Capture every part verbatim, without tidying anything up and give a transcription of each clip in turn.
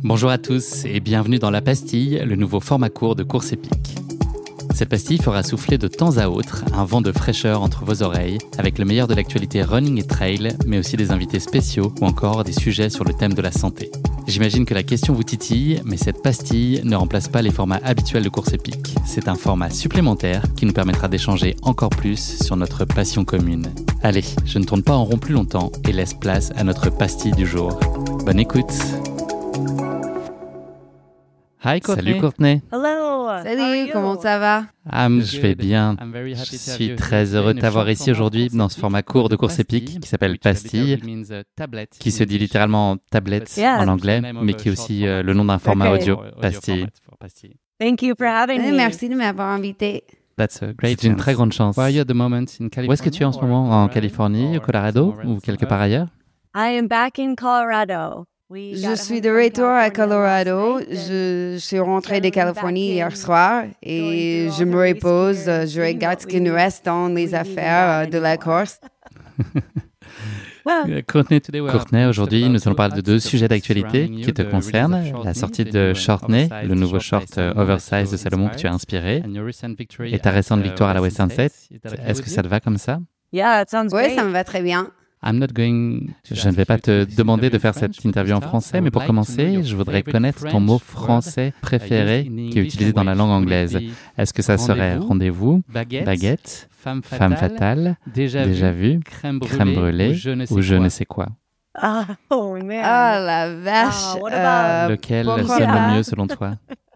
Bonjour à tous et bienvenue dans La Pastille, le nouveau format court de Course épique. Cette pastille fera souffler de temps à autre un vent de fraîcheur entre vos oreilles avec le meilleur de l'actualité running et trail, mais aussi des invités spéciaux ou encore des sujets sur le thème de la santé. J'imagine que la question vous titille, mais cette pastille ne remplace pas les formats habituels de Course épique. C'est un format supplémentaire qui nous permettra d'échanger encore plus sur notre passion commune. Allez, je ne tourne pas en rond plus longtemps et laisse place à notre pastille du jour. Bonne écoute. Hi Courtney. Salut Courtney. Hello. Salut, comment ça va? Ah, je vais bien. Je suis très heureux de t'avoir ici aujourd'hui dans ce format court de Course épique qui s'appelle Pastille, qui se dit littéralement tablette en anglais, mais qui est aussi euh, le nom d'un format audio, Pastille. Thank you for having Eh, me. Merci de m'avoir invité. That's a great C'est une très grande chance. Où est-ce que tu es en ce moment? En Californie, au Colorado ou quelque part ailleurs? I am back in Colorado. We got Je a suis home de from retour à California Colorado. last night, and Je suis rentrée de settling Californie back hier in, soir going et through je all me the race repose. gear, Je seeing regarde what ce qui nous we- reste dans we les need affaires that euh, de la anymore. course. Well, Courtney, aujourd'hui, nous allons parler de deux sujets d'actualité qui te concernent. La sortie de Shortney, le nouveau short euh, oversize de Salomon que tu as inspiré, et ta récente victoire à la West Sunset. Est-ce que ça te va comme ça? yeah, it sounds Oui, great. ça me va très bien. I'm not going... Je ne vais pas te demander de faire cette interview en français, mais pour commencer, je voudrais connaître ton mot français préféré qui est utilisé dans la langue anglaise. Est-ce que ça serait rendez-vous, baguette, femme fatale, déjà vu, crème brûlée ou je ne sais quoi? Ah, oh man. Ah la vache. Ah, what euh, Lequel pourquoi sonne pas? le mieux selon toi?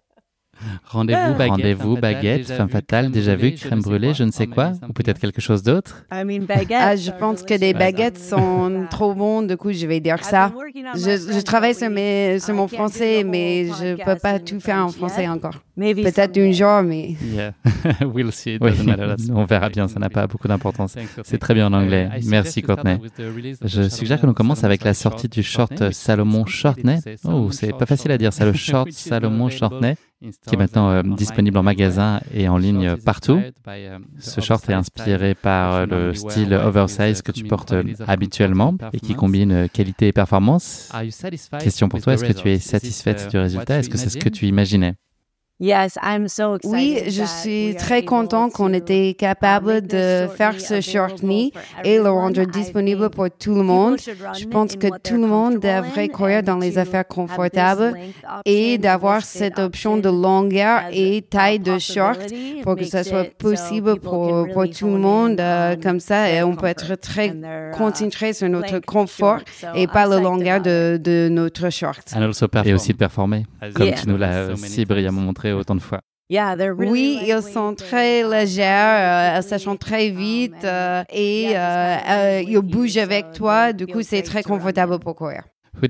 Rendez-vous, baguette, Rendez-vous, baguette, femme fatale, déjà vu, crème brûlée, je ne sais quoi, ou peut-être quelque chose d'autre? I mean, baguettes. Ah, je are pense que delicious. des baguettes sont trop bonnes, du coup je vais dire I've ça. been working on my Je, je French travaille all sur, week. mes, sur I mon can't do français, the mais whole je peux podcast pas in tout faire en French français yet. encore. Maybe Peut-être someday. une jour, mais... Yeah, we'll see. It doesn't matter. On verra bien, ça n'a pas beaucoup d'importance. C'est très bien en anglais. Merci Courtney. Je suggère que l'on commence avec la sortie du short Salomon Shortney. Oh, c'est pas facile à dire ça, le short Salomon Shortney, qui est maintenant euh, disponible en magasin et en ligne partout. Ce short est inspiré par euh, le style oversize que tu portes euh, habituellement et qui combine euh, qualité et performance. Question pour toi, est-ce que tu es satisfaite du résultat? Est-ce que c'est ce que tu imaginais? Yes, I'm so excited. Oui, je that suis we are très able content qu'on to, était uh, capable make de this faire short ce knee short available knee for et le everyone. rendre I disponible think pour tout le people monde. should run Je pense in que what tout le they're monde comfortable devrait in courir and dans les to affaires have this confortables length option et and d'avoir this fit cette option de option longueur as et a taille de short possibility. It pour que makes ça soit it so possible people pour, can pour really tout le hone monde. in euh, on comme ça, et their on peut être comfort très and their, uh, concentré sur notre length confort short. So et I'm pas la psyched longueur about de, it. de notre short. Et aussi de performer, comme Yeah. tu nous l'as si brillamment montré autant de fois. Yeah, they're really Oui, ils lightweight sont and, très uh, légères, euh, really ça change très vite um, and euh, et yeah, just euh, kinda euh, running ils with you, bougent so avec it toi, really du coup feels c'est great très to run confortable in. pour courir.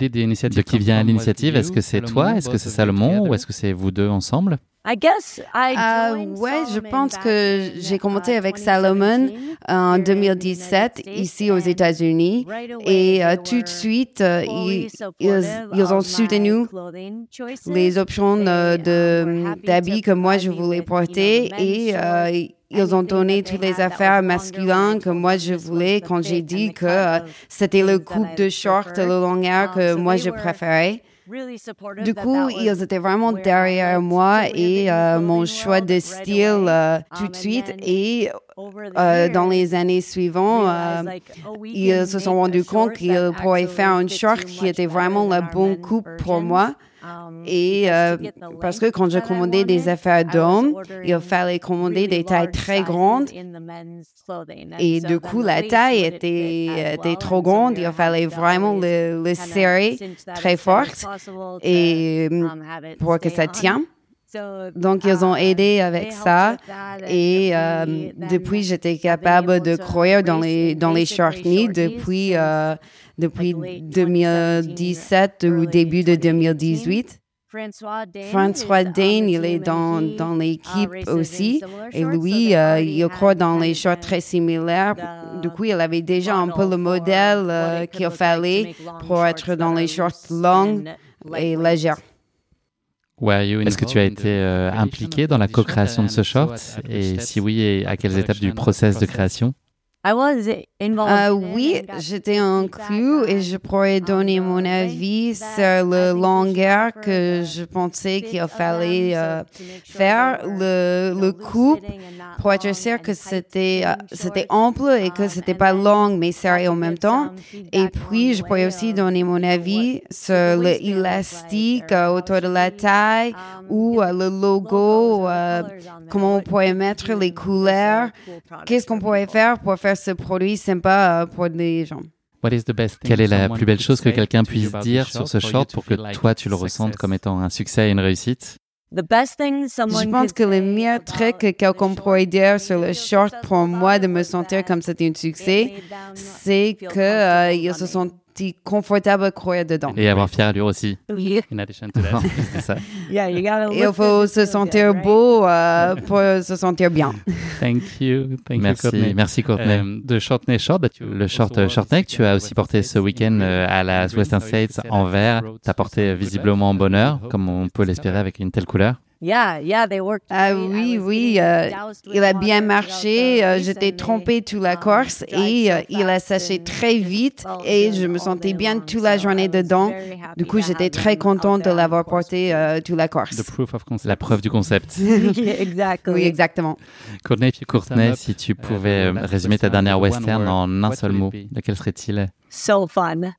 De qui vient l'initiative? Est-ce que c'est toi? Est-ce que c'est Salomon? Ou est-ce que c'est vous deux ensemble? I guess I Euh, joined ouais, je Salomon pense back que in, j'ai commencé uh, avec twenty Salomon seventeen en here in deux the mille United dix-sept States, ici aux and États-Unis right away et euh, they tout de were suite euh, fully ils, supportive ils, ils ont of soutenu my clothing choices. les options euh, They, um, were de happy d'habits to que moi provide je me voulais with, you know, porter the men's et shorts, euh, ils ont anything donné that toutes they les had that affaires was longer when I masculines que told moi them je this was voulais the quand j'ai fit and dit the que cut euh, of c'était le things that coupe I de short, preferred. le longueur Um, que so moi they je were préférais. really supportive Du that coup, that was ils étaient vraiment where I derrière liked moi to live et in the euh, mon clothing choix de world right style away. euh, tout Um, de and suite. then Et over the euh, dans years, les années suivantes, realized, euh, like, oh, we ils can se sont make a rendus compte short qu'ils that pourraient faire actually une fits short you qui much était better vraiment than la our bonne men's coupe pour versions. moi. Um, Et because euh, to get the parce que length quand j'ai that I commandé des wanted, affaires I was d'hommes, il ordering fallait commander really des tailles large très sizes grandes. in the men's clothing. And Et so du then coup, the la lace taille wouldn't fit était, as était well. trop And so grande. we Il were fallait having to vraiment always le, le kinda serrer cinch that très as tight as fort possible to, et um, have it pour que stay ça on. tienne. So, Donc, ils ont uh, aidé avec they helped ça. with that, and Et we euh, then depuis, j'étais have been capable able de to courir dans race les, in dans les basically short knees short knees depuis, since, euh, depuis like, late deux mille dix-sept ou early début de twenty deux mille eighteen. dix-huit. François Dane, François is on Dane, the il est team, dans, and he, dans uh, l'équipe races in aussi. similar Et shorts, so lui, they euh, already il croit had dans kind les of shorts the- très similaires. the Du coup, il avait déjà un peu model le for modèle what euh, it could qu'il look like to fallait make long pour shorts être that dans are les shorts loose longues and et lightweight. légères. Est-ce que tu as été euh, impliqué dans la co-création de ce short? Et si oui, et à quelles étapes du process de création? I was involved. Euh, in it oui, and got j'étais feedback inclus et je on, pourrais donner um, mon the avis way sur that I le think we should longueur offer que the je pensais fit qu'il of fallait them, euh, so to make sure faire they were, le, you know, le coupe loose fitting and not pour être long sûr and que tight c'était euh, fitting c'était shorts. ample et que Um, c'était and pas then long mais got serré to en give même temps. some Et feedback along puis, the je pourrais way aussi of, donner mon you know, avis what sur the le waistband looks like élastique or euh, how autour de should la we, taille um, ou get euh, le the logo, logos or the euh, colors on there, comment on what pourrait would mettre be les just a couleurs. cool product Qu'est-ce for qu'on pourrait people. faire pour faire ce produit sympa euh, pour les gens? What is the best thing Quelle est la plus belle chose que quelqu'un puisse dire sur ce short pour que toi tu le ressentes comme étant un succès et une réussite? The best thing someone Je pense could que le say meilleur trait about que the quelqu'un short pourrait dire that sur made le me feel short successful pour moi about de it me was sentir that comme c'était un it succès, made them c'est feel qu'ils se comfortable sentent confortables à courir dedans. Et avoir fière allure aussi. running. In addition to that, c'est ça. Yeah, you gotta Et il look faut good to se feel sentir good, right? beau euh, pour se sentir bien. Thank you. Thank merci, you, Courtney. Merci, Courtney. Um, de Shortney Short, le short uh, Shortneck, tu as aussi porté ce week-end euh, à la Western States en vert. Tu as porté visiblement bonheur, comme on peut l'espérer avec une telle couleur. Yeah, yeah, they worked Ah great. I oui, was oui, getting euh, doused with il a bien water marché. throughout the euh, race J'étais and they, trompée toute la um, course dried et so euh, il a fast séché and très vite felt et good je me all sentais day bien long. toute la So journée I was dedans. very happy Du coup, to j'étais have très them out contente de there on l'avoir the course porté with me. euh, toute la The course. proof of concept. La preuve du concept. Yeah, exactly. Oui, exactement. Courtney, Courtney, si tu pouvais euh, résumer ta dernière western en un seul mot, lequel serait-il? So fun.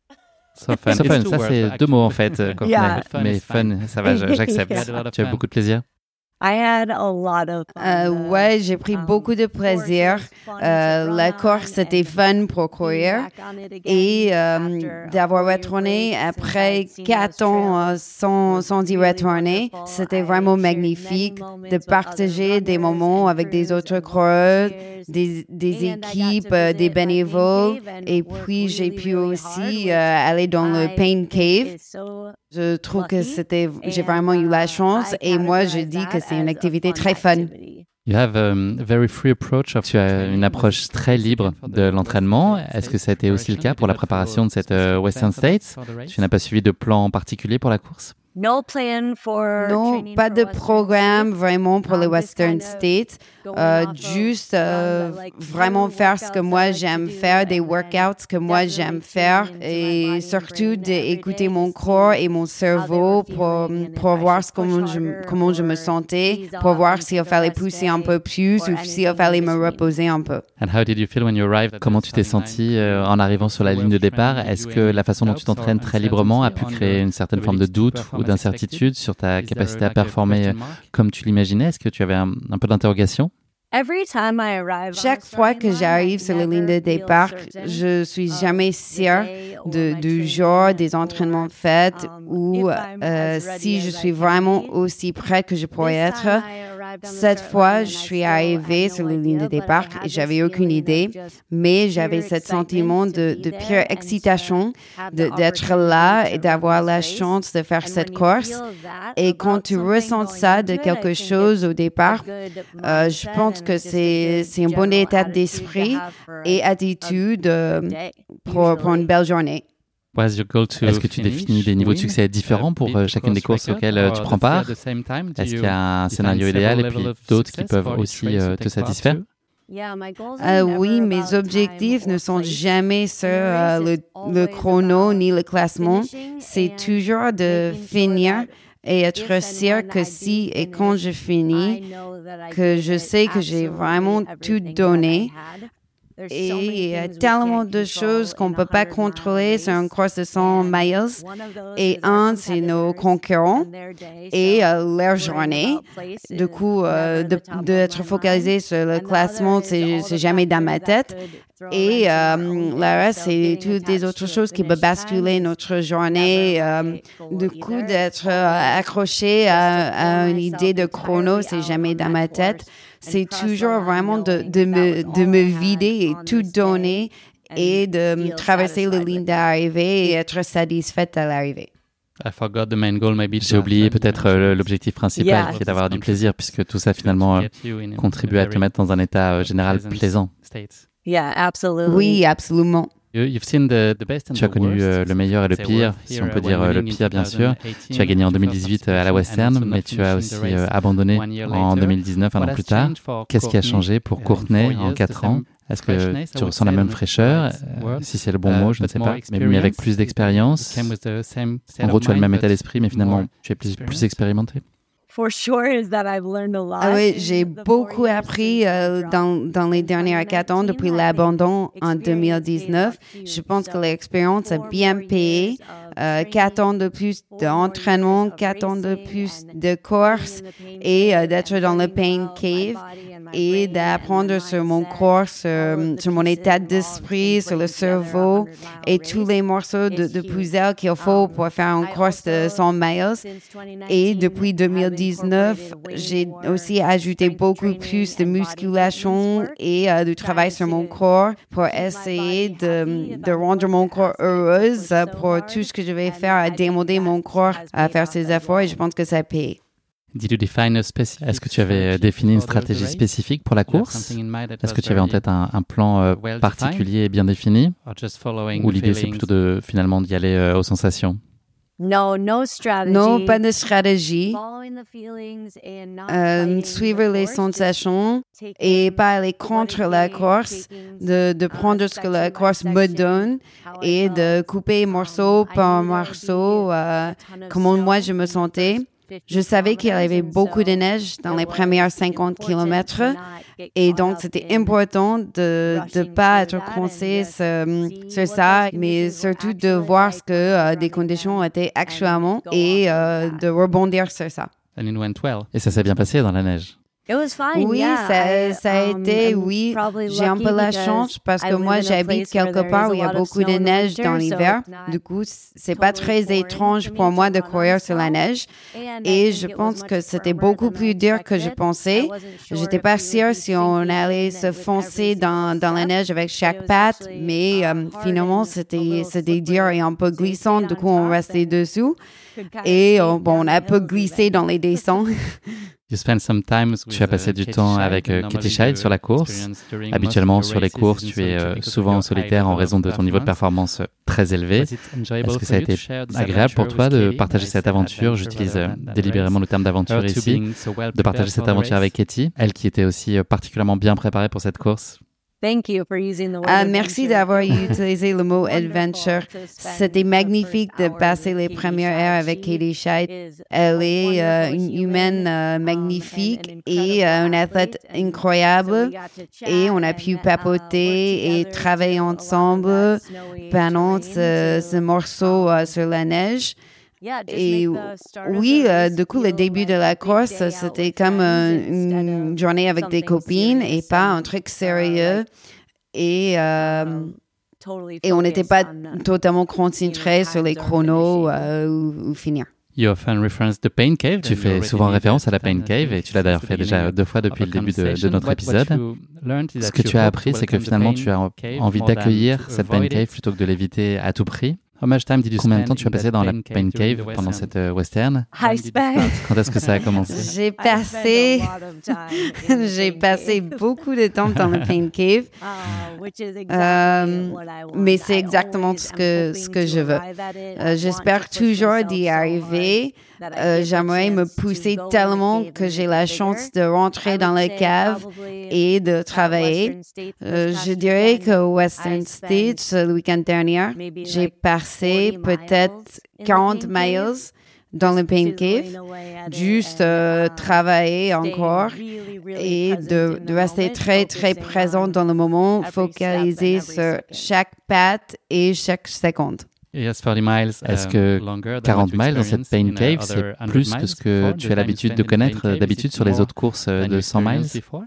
So fun. So fun, ça c'est deux mots en fait, Courtney. Yeah. Mais fun, ça va, j'accepte. Yeah. Tu as beaucoup de plaisir? I had a lot of fun. Euh, The, ouais, j'ai pris um, beaucoup de course plaisir. was fun to Euh, run la on course, c'était and fun pour being courir. back on it again Et euh, after a d'avoir four-year retourné break since après I'd seen quatre those ans trails euh, sans, was sans y really retourner, wonderful. c'était I vraiment shared magnifique many moments de with partager other des runners moments and avec des crews autres and coureurs, volunteers. des, des And I got to équipes, euh, des visit my pain bénévoles. cave and Et work puis, j'ai really, pu really aussi hard, euh, which aller dans le I Pain think Cave. is so Je trouve que lucky. c'était, j'ai And, vraiment eu la uh, chance I et moi, je categorize dis que that c'est une as a activité fun très fun. activity. You have a very free approach of tu as une approche très libre de l'entraînement. Est-ce que ça a été aussi le cas pour la préparation de cette euh, Western States? Tu n'as pas suivi de plan particulier pour la course? No plan for Non, training pas for de Western programme States. vraiment pour les Um, just Western kind of States. going Euh, off of juste runs euh, I like to vraiment do, faire ce que workouts I moi like to j'aime do, faire, des and then workouts que moi definitely j'aime tune faire into my body et and surtout brain every d'écouter day mon to corps see et mon how they cerveau were pour, feeling and pour if I voir should comment push je, harder comment je me or sentais, ease pour off voir and s'il take a fallait rest pousser un day peu plus or ou s'il anything in fallait me between. reposer un peu. And how did you feel when you arrived? Comment tu t'es senti euh, en arrivant sur la ligne de départ? Est-ce que la façon dont tu t'entraînes très librement a pu créer une certaine forme de doute ou d'incertitude sur ta capacité à performer euh, comme tu l'imaginais? Est-ce que tu avais un, un peu d'interrogation? Every time I arrive on Chaque a fois starting que line, j'arrive I sur la ligne de never feel départ, certain je suis of jamais the sûre day or de, my du training genre des or, entraînements faits um, ou if I'm euh, as ready si as je I suis can vraiment be. aussi prête que je pourrais This être. time I arrived on the Cette start fois, line je and I suis still had arrivée no sur la ligne de idea, but I départ had et this j'avais aucune feeling of idée, just mais pure j'avais cet excitement sentiment to de, be de there pure and to excitation have de- the d'être opportunity là to et run d'avoir this la race. chance de faire And cette when you course. feel that Et quand about tu something ressens going ça de into it, I quelque think chose it's au a départ, good euh, je mindset pense and que just a c'est good c'est un bon general état attitude to d'esprit have for a- et attitude euh, day, pour, pour une usually. belle journée. Est-ce que tu définis des niveaux de succès différents pour euh, chacune des courses auxquelles euh, tu prends part? Est-ce qu'il y a un scénario idéal et puis d'autres qui peuvent aussi euh, te satisfaire? Yeah, my goals Euh, are oui, never mes about objectifs time ne or sont place. jamais sur And the euh, race le, is le always chrono about ni le classement. finishing C'est and toujours de making sure finir that et if être and sûr when que I si do et quand finish, je I finis, know that I que gave je it sais que j'ai absolutely vraiment tout everything that I donné. had. There's so Et many il y a things we tellement can't de control choses qu'on in ne a peut pas hundred mile contrôler sur une race. course de cent And miles. one of those Et is our un, c'est nos competitors concurrents and their day. et So euh, leur worrying journée. about place Du is coup, euh, never de- the top of d'être my focalisé mind. sur le And the classement, other is c'est all c'est the jamais dans ma factors that tête. could throw a Et wrench in euh, our own le day. reste, So c'est getting toutes les attached autres to a choses qui peuvent finish basculer time is notre journée. never euh, my goal du either. coup, It's d'être euh, always accroché just to à, pull à une myself idée de chrono, entirely c'est out jamais on dans that ma tête. course and C'est cross the toujours line vraiment de, knowing de that me, was de all me I had vider et on tout this day donner et and de feel traverser la satisfied ligne with that. d'arrivée et être satisfaite à l'arrivée. I forgot the main goal, maybe. J'ai oublié peut-être euh, l'objectif principal, Yeah. qui est d'avoir du plaisir, puisque tout ça finalement euh, contribue à te mettre dans un état euh, général plaisant. Yeah, absolutely. Oui, absolument. You- you've seen the- the best and Tu as the connu worst. euh, le meilleur et le Say pire, worst si here, on peut uh, dire when euh, le winning in pire bien sûr. twenty eighteen, Tu as gagné en you deux mille felt dix-huit euh, à la participation Western, and also mais not tu as finishing aussi the euh, race abandonné one year en later. deux mille dix-neuf, un What an has plus tard. changed for Qu'est-ce qui a Courtney, changé pour uh, in Courtney four en years? The quatre ans? same Est-ce que freshness, I tu would ressens la say, même in the fraîcheur? right Euh, word. Si c'est le bon Uh, mot, je ne but sais more pas. Mais, mais avec experience. plus d'expérience. Came with the same state En gros, of tu as le mind, même but état d'esprit, mais finalement, more tu es plus, experience. plus expérimenté. For sure is that I've learned a lot. Ah oui, in j'ai the four beaucoup years appris since I euh, dropped dans, dans les in dernières quatre ans twenty depuis nineteen. l'abandon en Experience deux mille pays dix-neuf. off too. Je pense que So, l'expérience a four bien more payé. years of Euh, quatre training, ans de plus four more d'entraînement, years of quatre ans de racing plus and de course being in the pain et euh, cave d'être and dans le learning pain about my cave body and my et brain d'apprendre and my sur mon mindset, corps, sur, all of the sur mon pieces état involved d'esprit, in sur le putting together a cerveau hundred mile et race tous les morceaux de, is de huge. puzzle qu'il faut Um, pour faire une I course de also, cent miles. since twenty Et nineteen, depuis deux mille dix-neuf, have incorporated way j'ai more aussi ajouté strength beaucoup training plus de and body musculation maintenance work, et euh, du travail trying sur mon to corps pour keep my essayer body de, happy de about rendre what mon the corps aspect to heureuse push so pour hard. tout ce que je vais And faire à I think démoder that mon corps has à paid faire off ces as efforts et well. je pense que ça paye. Did you define a specific Est-ce que tu avais euh, strategy défini une for the- the stratégie race? spécifique pour la Do you have course? something in mind that Est-ce was que tu avais en very- tête un, un plan euh, well particulier et bien défini? or just following Ou l'idée c'est feelings? plutôt de finalement d'y aller euh, aux sensations? No, no strategy. Non, pas de stratégie. Following the feelings and not Euh, fighting suivre the les course, just sensations taking et pas aller what contre it la takes, course, taking, de, de uh, prendre ce que la section by course me section, donne how I et de felt. couper Um, morceau I par knew there would be morceau euh, a ton of comment snow moi je me in the sentais. first fifty Je savais qu'il y avait kilometers, and beaucoup de so neige dans it les was premières cinquante important kilomètres to not get et caught donc up c'était in important de ne rushing pas through être that coincé and just sur, see sur what ça, those mais conditions were surtout de actually voir like ce que when I was euh, des running conditions them étaient and actuellement go et off of euh, that. de rebondir sur ça. And it went well. Et ça s'est bien passé dans la neige. It was fine, Oui, yeah. ça, I, ça a um, été, I'm oui. probably J'ai un lucky peu la because chance parce I que live moi, in a j'habite place where quelque there part is où il y a lot of beaucoup snow de in the neige dans winter, so l'hiver. it's not Du coup, c'est pas totally très foreign étrange to me pour to moi de run on courir sur la snow. neige. And I Et think je it was pense much que c'était firmer beaucoup than I plus dur que je expected. pensais. I wasn't sure J'étais if pas we would sûre be si on sinking allait in se with foncer every dans, single dans la step. neige avec It chaque was patte, actually, mais uh, euh, hard finalement, and a c'était little c'était dur et un peu slippery. So you glissant. stayed Du on coup, on top restait and dessous. could kind of Et skate on, bon, down on the a peu hills glissé even. dans les descentes. You spent some time Tu as passé du temps avec euh, Katie Scheid sur la course. Habituellement, sur les courses, tu es euh, souvent en solitaire en raison de ton niveau de performance euh, très élevé. Est-ce que ça a été agréable pour toi de partager cette aventure? J'utilise euh, délibérément le terme d'aventure ici. De partager cette aventure avec Katie, elle qui était aussi euh, particulièrement bien préparée pour cette course. Thank you for using the word Ah, merci adventure. d'avoir It was utilisé le mot wonderful adventure. to spend C'était the magnifique first de hours passer with les Katie premières Scheid. heures avec She Katie Scheid. is Elle a est euh, wonderful une humaine euh, human, um, magnifique and an et euh, un incredible athlète athlete. And so incroyable. we got to chat Et on a and, pu uh, papoter et work together travailler to along ensemble that snowy pendant terrain ce, to, ce morceau um, euh, sur la neige. yeah, just Et make the start of oui, the euh, race du coup, le feel début de like la a big course, day out c'était with comme friends euh, instead une of journée avec des something copines et serious pas and, un truc uh, sérieux. like, Et, euh, um, totally et on n'était pas focused on, uh, totalement concentré time sur les or chronos finishing. euh, ou, ou finir. You often reference the Pain Cave. Tu fais souvent référence à la Pain Cave et tu l'as d'ailleurs fait déjà deux fois depuis le début de, de notre épisode. Ce que tu as appris, c'est que finalement tu as envie d'accueillir cette Pain Cave plutôt que de l'éviter à tout prix. Combien de temps tu as passé dans la Pain Cave pendant cette euh, western? I spent Quand est-ce que ça a commencé? J'ai I passé, spent a lot of time in the j'ai pain passé cave. beaucoup de temps dans le Pain Cave. Uh, which is exactly Euh, what I want. mais c'est I exactement always ce am que, hoping ce que to je veux. arrive at it. I Euh, want J'espère to push toujours myself d'y so hard arriver. that I Euh, get the J'aimerais me chance to pousser go in the tellement cave que and j'ai make la it chance bigger. de rentrer I dans would la say cave probably et de at travailler. Western States this Euh, past je dirais weekend, qu'au Western I States, spent le week-end dernier, maybe j'ai like passé forty peut-être miles in the quarante pain miles cave, dans le Pain chiseling Cave, away at it juste and, euh, um, travailler staying encore really, really et present de, in de the rester moment, très, très focusing présent on dans le moment, every step focalisé and every sur second. chaque patte et chaque seconde. Est-ce que quarante miles dans cette Pain Cave, c'est plus que ce que tu as l'habitude de connaître d'habitude sur les autres courses de cent miles?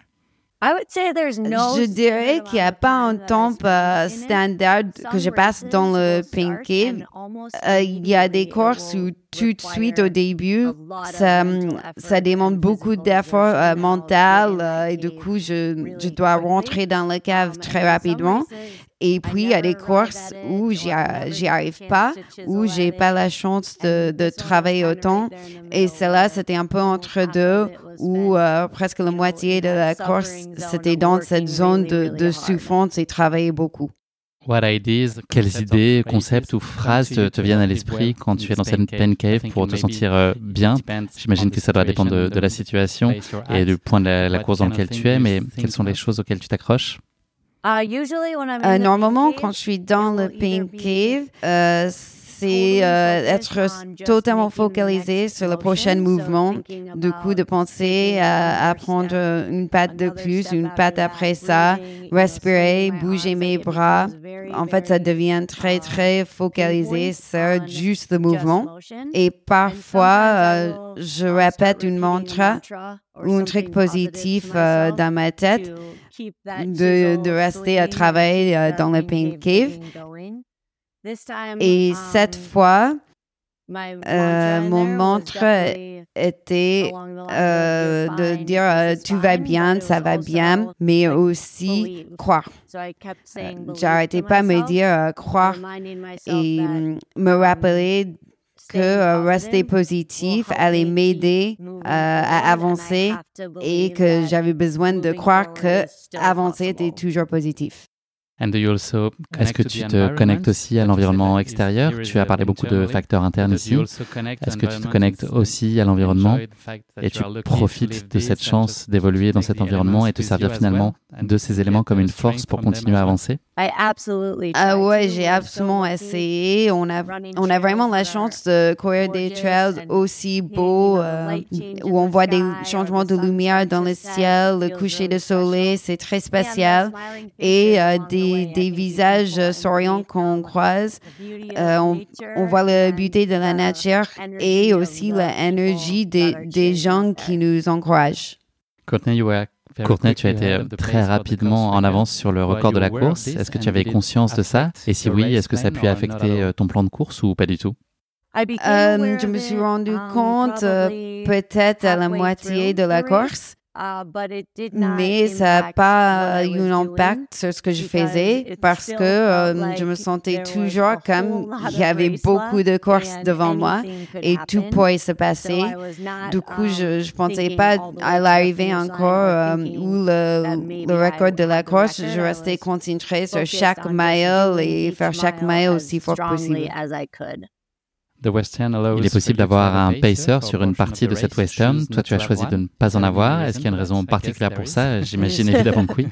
I would say there's no Je dirais qu'il n'y a pas un temps euh, standard que je passe dans le Pain Cave. Euh, Il y a des courses où tout de suite au début, ça, ça demande beaucoup d'efforts euh, mentaux euh, et du coup, je, je dois rentrer dans la cave très rapidement. Et puis, il y a des courses où j'y j'y arrive pas, où j'ai pas la chance de, de travailler autant. Et celle-là, c'était un peu entre deux, où euh, presque la moitié de la course, c'était dans cette zone de, de souffrance et travailler beaucoup. Quelles idées, concepts ou phrases te, te viennent à l'esprit quand tu es dans cette Pain Cave pour te sentir euh, bien? J'imagine que ça doit dépendre de, de la situation et du point de la, la course dans lequel tu es, mais quelles sont les choses auxquelles tu t'accroches? Euh, normalement, quand je suis dans le Pain Cave, euh, c'est euh, être totalement focalisé sur le prochain mouvement. Du coup, de penser à, à prendre une patte de plus, une patte après ça, respirer, bouger mes bras. En fait, ça devient très, très focalisé sur juste le mouvement. Et parfois, euh, je répète une mantra ou un truc positif euh, dans ma tête de, de rester à travailler euh, dans le Pain Cave. Et cette fois, euh, mon mantra était euh, de dire euh, « tu vas bien, ça va bien », mais aussi croire. Euh, j'arrêtais pas de me dire euh, croire et me rappeler que euh, rester positif allait m'aider euh, à avancer et que j'avais besoin de croire que avancer était toujours positif. Est-ce que tu te connectes aussi à l'environnement extérieur? Tu as parlé beaucoup de facteurs internes ici. Est-ce que tu te connectes aussi à l'environnement et tu profites de cette chance d'évoluer dans cet environnement et te servir finalement de ces éléments comme une force pour continuer à avancer? Ah ouais, j'ai absolument essayé. On a, on a vraiment la chance de courir des trails aussi beaux euh, où on voit des changements de lumière dans le ciel, le coucher de soleil, c'est très spécial. Et euh, des Des, des visages souriants qu'on croise. Euh, on, on voit la beauté de la nature et aussi l'énergie des, des gens qui nous encouragent. Courtney, Courtney, tu as été très rapidement en avance sur le record de la course. Est-ce que tu avais conscience de ça? Et si oui, est-ce que ça a pu affecter ton plan de course ou pas du tout? Euh, je me suis rendu compte euh, peut-être à la moitié de la course. Mais ça n'a pas eu un impact sur ce que je faisais parce que euh, je me sentais toujours comme il y avait beaucoup de courses devant moi et tout pouvait se passer. Du coup, je ne pensais pas à l'arrivée encore euh, où le, le record de la course. Je restais concentrée sur chaque mile et faire chaque mile aussi fort possible. Il est possible d'avoir un pacer sur une partie de cette western. Toi, tu as choisi de ne pas en avoir. Est-ce qu'il y a une raison particulière pour ça? J'imagine évidemment que oui.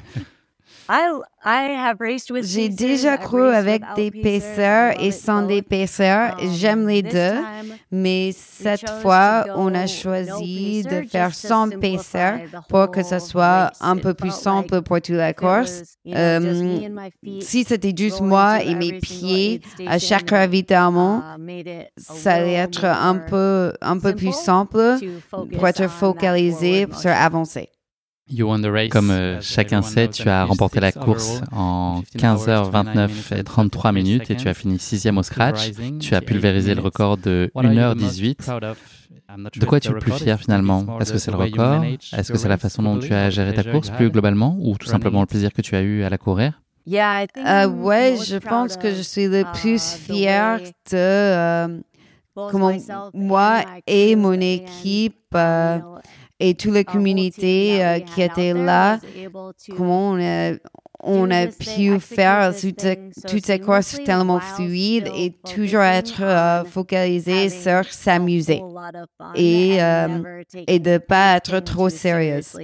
J'ai déjà couru avec des pacers et sans des pacers. J'aime les deux, mais cette fois, on a choisi de faire sans pacer pour que ce soit un peu plus simple pour toute la course. Euh, si c'était juste moi et mes pieds à chaque ravitaillement, ça allait être un peu, un peu plus simple pour être focalisé sur avancer. Comme euh, chacun sait, tu as remporté la course en quinze heures vingt-neuf et trente-trois minutes et tu as fini sixième au scratch. Tu as pulvérisé le record de une heure dix-huit. De quoi es-tu le plus fier finalement? Est-ce que c'est le record? Est-ce que c'est la façon dont tu as géré ta course plus globalement ou tout simplement le plaisir que tu as eu à la courir? Euh, ouais, je pense que je suis le plus fière de euh, comment moi et mon équipe euh, et toute la communauté euh, qui était là, comment on a, on a pu faire toute, toute cette course tellement fluide et toujours être euh, focalisé sur s'amuser et, euh, et de ne pas être trop sérieuse.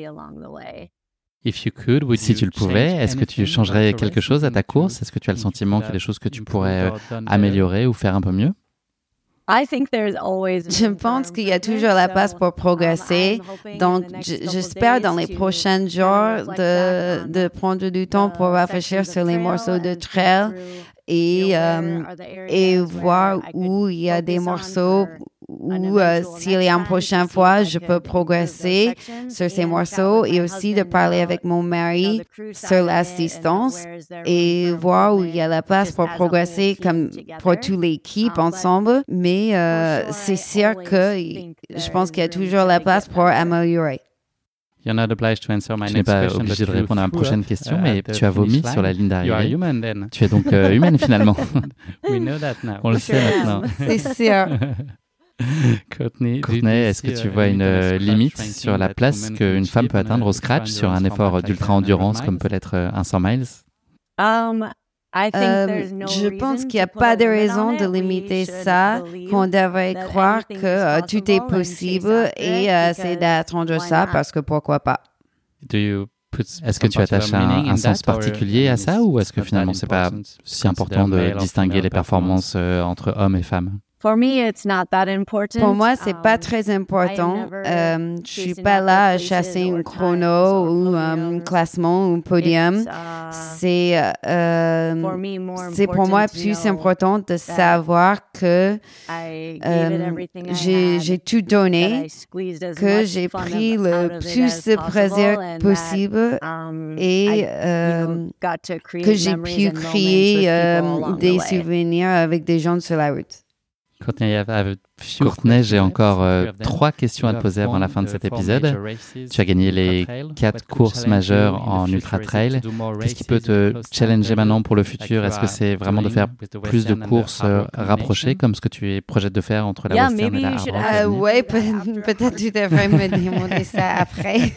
Si tu le pouvais, est-ce que tu changerais quelque chose à ta course? Est-ce que tu as le sentiment qu'il y a des choses que tu pourrais euh, améliorer ou faire un peu mieux? Je pense qu'il y a toujours la place pour progresser. Donc, j'espère dans les prochains jours de, de prendre du temps pour réfléchir sur les morceaux de trail et, euh, et voir où il y a des morceaux où, euh, s'il y a une prochaine fois, je peux progresser sur ces morceaux et aussi de parler avec mon mari sur l'assistance et voir où il y a la place pour progresser comme pour toute l'équipe ensemble. Mais euh, c'est sûr que je pense qu'il y a toujours la place pour améliorer. Tu n'es pas obligé de répondre à ma prochaine question, mais tu as vomi sur la ligne d'arrivée. Tu es donc euh, humaine finalement. On le sait maintenant. C'est sûr. Courtney, est-ce que tu vois une euh, limite sur la place qu'une femme peut atteindre au scratch sur un effort d'ultra-endurance comme peut être euh, un cent miles? Euh, je pense qu'il n'y a pas de raison de limiter ça, qu'on devrait croire que euh, tout est possible et euh, c'est d'attendre ça parce que pourquoi pas. Est-ce que tu attaches un, un sens particulier à ça ou est-ce que finalement c'est pas si important de distinguer les performances euh, entre hommes et femmes? For me, it's not that important. Pour moi, c'est pas très important. Euh, je suis pas là à chasser un chrono ou un classement ou un podium. C'est euh, c'est pour moi plus important de savoir que euh, j'ai j'ai tout donné, que j'ai pris le plus de plaisir possible et euh, que j'ai pu créer euh, des souvenirs avec des gens sur la route. Courtney, j'ai encore euh, trois questions à te poser avant la fin de cet épisode. Tu as gagné les quatre courses majeures en ultra-trail. Qu'est-ce qui peut te challenger maintenant pour le futur? Est-ce que c'est vraiment de faire plus de courses euh, rapprochées, comme ce que tu projettes de faire entre la Yeah, Western et la maybe you Hard should- Rock? Euh, ouais, peut- peut-être tu devrais me demander ça après.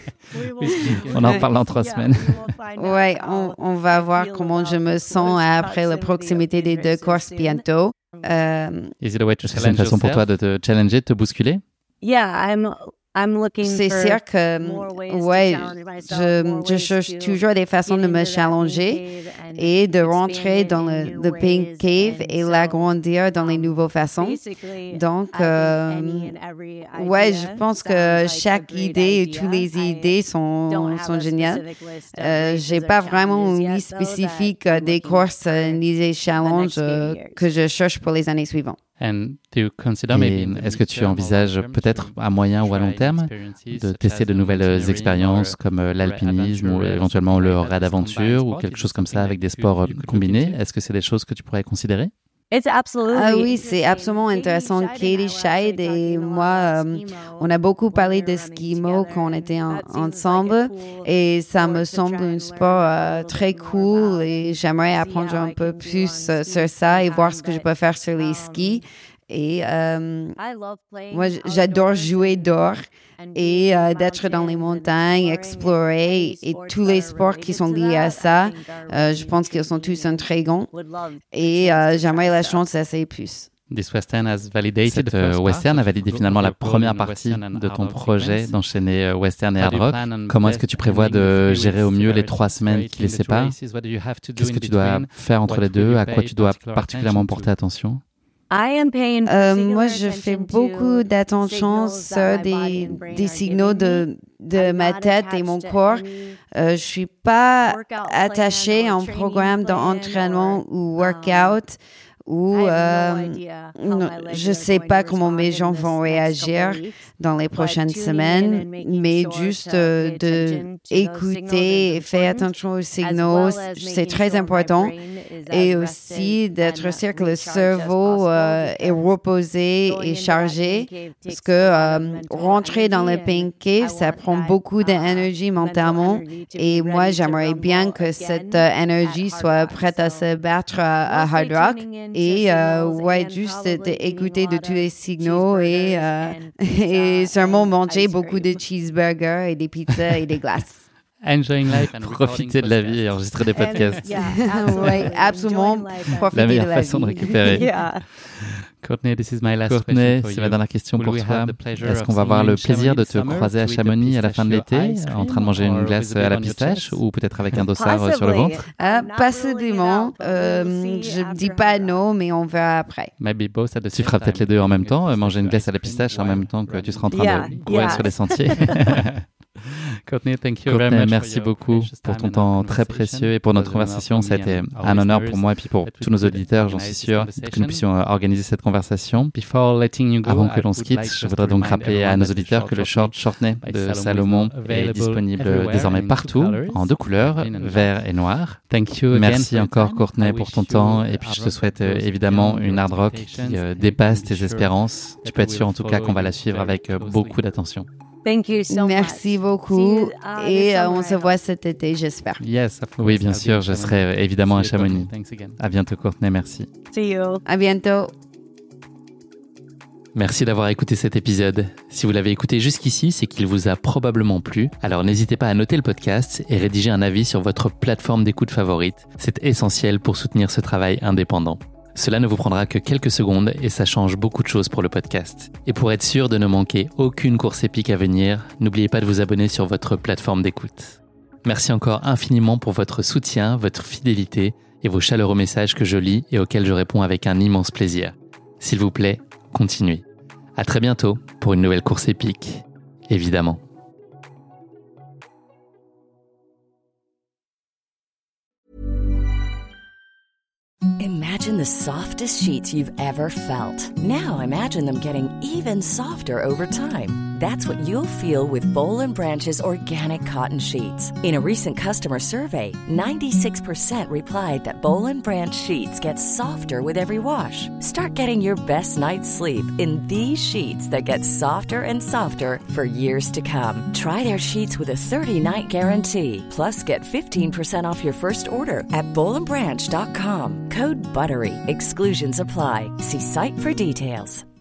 On en parle dans trois semaines. Ouais, on, on va voir comment je me sens après la proximité des deux courses bientôt. Euh, Is it a way to challenge C'est une façon pour toi de te challenger, de te bousculer? Yeah, I'm I'm looking c'est for sûr que, more ways to ouais, challenge myself, je, more je ways cherche to toujours des façons de get me into that challenger pink cave and et de rentrer expand dans it in le, new le pink ways. cave And et so, l'agrandir dans les um, nouvelles façons. basically, Donc, I think euh, any and every ouais, idea je pense sounds que like a chaque great idée et idea. toutes les I idées don't sont, have sont a géniales. specific list of Euh, races j'ai or pas vraiment challenges une yet, liste though, that spécifique I'm euh, des looking courses for euh, ni des the challenges next few euh, years. que je cherche pour les années suivantes. And do you consider maybe est-ce que tu envisages peut-être à moyen ou à long terme de tester de nouvelles expériences comme euh, l'alpinisme ou éventuellement le raid aventure ou quelque chose comme ça avec des sports euh, combinés? Est-ce que c'est des choses que tu pourrais considérer? It's absolutely Ah oui, c'est absolument intéressant. Katie Scheid et moi, euh, on a beaucoup parlé de skimo quand on était en- ensemble et ça me semble un sport euh, très cool et j'aimerais apprendre un peu plus euh, sur ça et voir ce que je peux faire sur les skis. Et euh, moi, j- j'adore jouer dehors et euh, d'être dans les montagnes, explorer et tous les sports qui sont liés à ça. Euh, je pense qu'ils sont tous intrigants et euh, j'aimerais la chance d'essayer plus. This Western has validated Cette euh, Western a validé finalement la première partie de ton projet d'enchaîner euh, Western et Hard Rock. Comment est-ce que tu prévois de gérer au mieux les trois semaines qui les séparent? Qu'est-ce que tu dois faire entre les deux? À quoi tu dois particulièrement porter attention? Euh, moi, je fais beaucoup d'attention sur des, des signaux de, de ma tête et mon corps. Euh, je suis pas attachée à un programme d'entraînement ou workout ou euh, non, je sais pas comment mes gens vont réagir dans les prochaines semaines, mais juste euh, de écouter et faire attention aux signaux, c'est très important. Et aussi d'être sûr que le cerveau euh, est reposé et chargé, parce que euh, rentrer dans le pink cave, ça prend beaucoup d'énergie mentalement. Et moi, j'aimerais bien que cette euh, énergie soit prête à se battre à, à Hard Rock. Et euh, ouais, juste d'écouter de, de tous les signaux et, euh, et sûrement manger beaucoup de cheeseburgers et des pizzas et des glaces. Enjoying life, profiter de la vie et enregistrer des podcasts. Oui, absolument. Profiter la meilleure de la façon vie. de récupérer. Yeah. Courtney, this is my last Courtney, c'est ma dernière question pour toi. Est-ce qu'on va avoir le plaisir de te croiser à Chamonix à la fin de l'été, en train de manger une glace à la pistache ou peut-être avec un dossard sur le ventre? Ah, possiblement. Euh, je ne dis pas non, mais on verra après. Maybe both at the same time. Tu feras peut-être les deux en même temps, manger une glace à la pistache en même temps que tu seras en train Yeah, de courir yeah. sur les sentiers. Courtney, thank you Courtney, merci beaucoup pour ton temps très précieux et pour notre conversation. Ça a été un honneur pour moi et puis pour tous nos auditeurs, j'en suis sûr, que nous puissions organiser cette conversation. Avant que l'on se quitte, je voudrais donc rappeler à nos auditeurs que le short Shortney de Salomon est disponible désormais partout, en deux couleurs, vert et noir. Merci encore Courtney pour ton temps et puis je te souhaite euh, évidemment une hard rock qui euh, dépasse tes espérances. Tu peux être sûr en tout cas qu'on va la suivre avec euh, beaucoup d'attention. Thank you so Merci much. beaucoup. See you, uh, Et this euh, summer, on I se hope. voit cet été, j'espère. Yes, oui, bien sûr, je serai euh, évidemment à Chamonix. À bientôt Courtney, merci. See you. À bientôt. Merci d'avoir écouté cet épisode. Si vous l'avez écouté jusqu'ici, c'est qu'il vous a probablement plu. Alors n'hésitez pas à noter le podcast et rédiger un avis sur votre plateforme d'écoute favorite. C'est essentiel pour soutenir ce travail indépendant. Cela ne vous prendra que quelques secondes et ça change beaucoup de choses pour le podcast. Et pour être sûr de ne manquer aucune course épique à venir, n'oubliez pas de vous abonner sur votre plateforme d'écoute. Merci encore infiniment pour votre soutien, votre fidélité et vos chaleureux messages que je lis et auxquels je réponds avec un immense plaisir. S'il vous plaît, continuez. À très bientôt pour une nouvelle course épique, évidemment. Imagine the softest sheets you've ever felt. Now imagine them getting even softer over time. That's what you'll feel with Boll and Branch's organic cotton sheets. In a recent customer survey, ninety-six percent replied that Boll and Branch sheets get softer with every wash. Start getting your best night's sleep in these sheets that get softer and softer for years to come. Try their sheets with a thirty-night guarantee. Plus, get fifteen percent off your first order at boll and branch dot com. Code BUTTERY. Exclusions apply. See site for details.